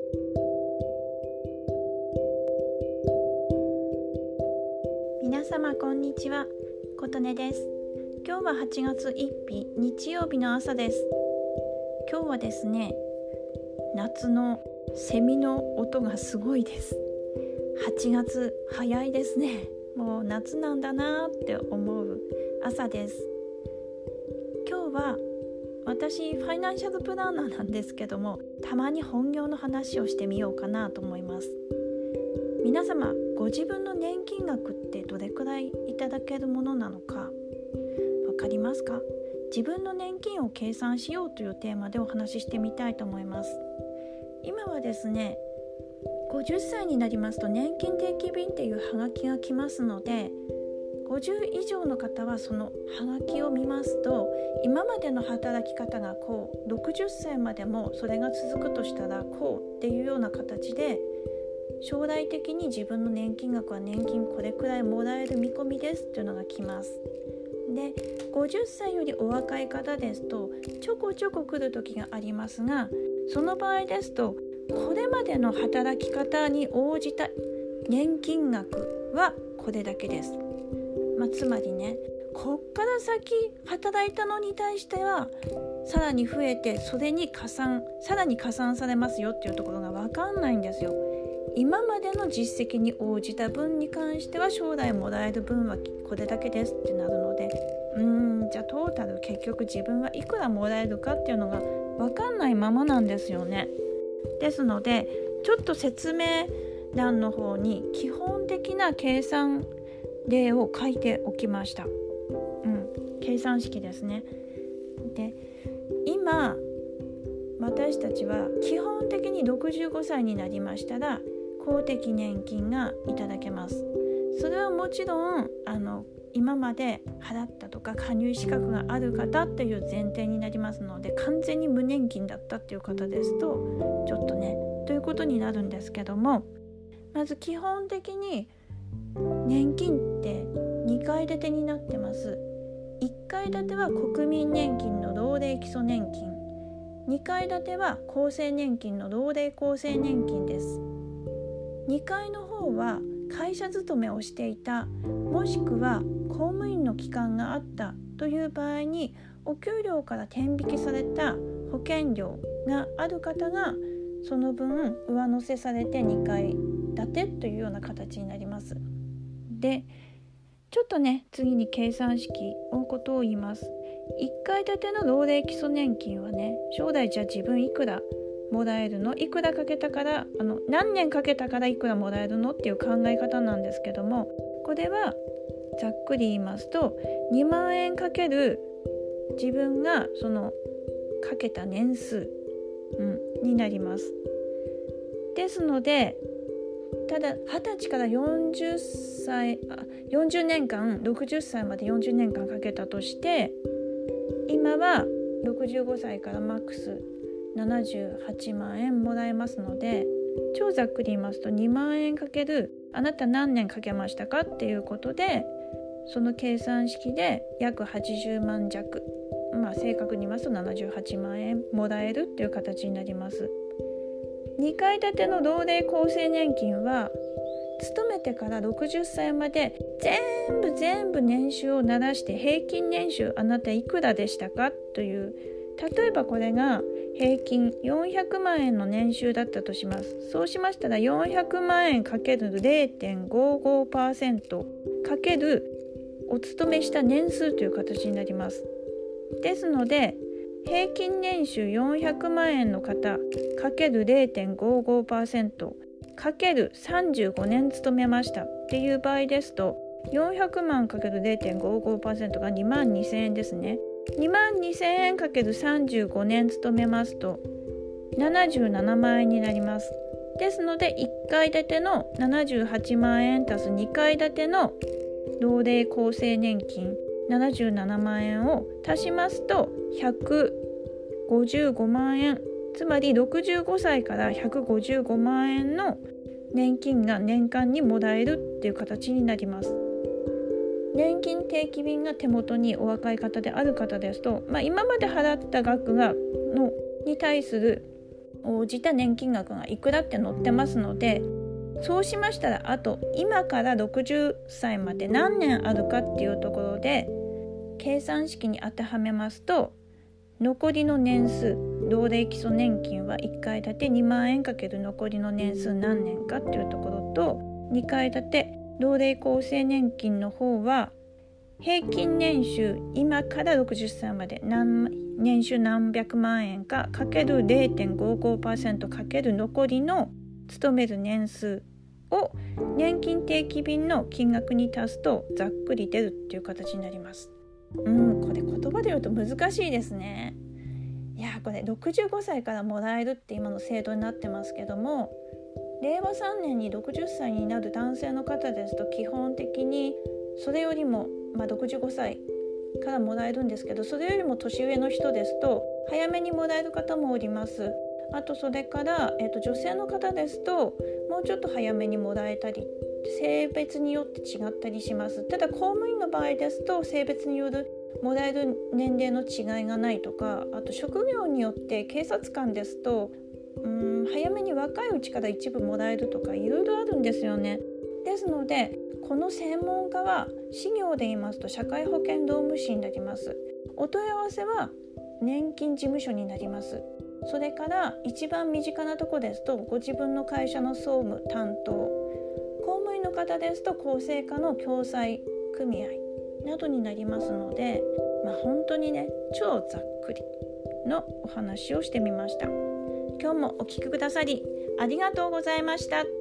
皆様こんにちは、琴音です。今日は8月1日日曜日の朝です。今日はですね、夏のセミの音がすごいです。8月早いですね。もう夏なんだなって思う朝です。今日は私ファイナンシャルプランナーなんですけども、たまに本業の話をしてみようかなと思います。皆様、ご自分の年金額ってどれくらいいただけるものなのかわかりますか？自分の年金を計算しようというテーマでお話ししてみたいと思います。今はですね、50歳になりますと年金定期便っていうハガキが来ますので、50以上の方はそのハガキを見ますと、今までの働き方がこう、60歳までもそれが続くとしたらこうっていうような形で、将来的に自分の年金額は年金これくらいもらえる見込みですっていうのが来ます。で、50歳よりお若い方ですとちょこちょこ来る時がありますが、その場合ですとこれまでの働き方に応じた年金額はこれだけです。つまりね、こっから先働いたのに対してはさらに増えて、それにさらに加算されますよっていうところが分かんないんですよ。今までの実績に応じた分に関しては将来もらえる分はこれだけですってなるので、じゃあトータル結局自分はいくらもらえるかっていうのが分かんないままなんですよね。ですので、ちょっと説明欄の方に基本的な計算例を書いておきました。計算式ですね。で、今私たちは基本的に65歳になりましたら公的年金がいただけます。それはもちろん今まで払ったとか加入資格がある方っていう前提になりますので、完全に無年金だったっていう方ですとちょっとねということになるんですけども、まず基本的に年金って2階建てになってます。1階建ては国民年金の老齢基礎年金、2階建ては厚生年金の老齢厚生年金です。2階の方は会社勤めをしていた、もしくは公務員の期間があったという場合にお給料から転引きされた保険料がある方がその分上乗せされて2階建てというような形になります。で、ちょっとね、次に計算式のことを言います。1階建ての老齢基礎年金はね、将来じゃあ自分いくらもらえるの、いくらかけたから何年かけたからいくらもらえるのっていう考え方なんですけども、これはざっくり言いますと2万円かける自分がそのかけた年数、になります。ですので、ただ20歳から40年間、60歳まで40年間かけたとして、今は65歳からマックス78万円もらえますので、超ざっくり言いますと2万円かけるあなた何年かけましたかっていうことで、その計算式で約80万弱、正確に言いますと78万円もらえるっていう形になります。2階建ての老齢厚生年金は勤めてから60歳まで全部年収をならして、平均年収あなたいくらでしたかという、例えばこれが平均400万円の年収だったとします。そうしましたら400万円かける 0.55% かけるお勤めした年数という形になります。ですので、平均年収400万円の方かける 0.55% かける35年勤めましたっていう場合ですと、400万かける 0.55% が2万2000円ですね。2万2000円かける35年勤めますと77万円になります。ですので、1階建ての78万円足す2階建ての老齢厚生年金77万円を足しますと155万円、つまり65歳から155万円の年金が年間にもらえるっていう形になります。年金定期便が手元にお若い方である方ですと、今まで払った額に対する応じた年金額がいくらって載ってますので、そうしましたらあと今から60歳まで何年あるかっていうところで計算式に当てはめますと、残りの年数、老齢基礎年金は1階建て2万円かける残りの年数何年かっていうところと、2階建て老齢厚生年金の方は平均年収今から60歳まで年収何百万円かかける 0.55% かける残りの勤める年数を年金定期便の金額に足すとざっくり出るっていう形になります。これ言葉で言うと難しいですね。いやこれ65歳からもらえるって今の制度になってますけども、令和3年に60歳になる男性の方ですと基本的にそれよりも、65歳からもらえるんですけど、それよりも年上の人ですと早めにもらえる方もおります。あとそれから、女性の方ですともうちょっと早めにもらえたり、性別によって違ったりします。ただ公務員の場合ですと性別によるもらえる年齢の違いがないとか、あと職業によって警察官ですと早めに若いうちから一部もらえるとかいろいろあるんですよね。ですのでこの専門家は私業で言いますと社会保険労務士になります。お問い合わせは年金事務所になります。それから一番身近なところですとご自分の会社の総務担当、公務員の方ですと厚生課の共済組合などになりますので、本当にね超ざっくりのお話をしてみました。今日もお聞きくださりありがとうございました。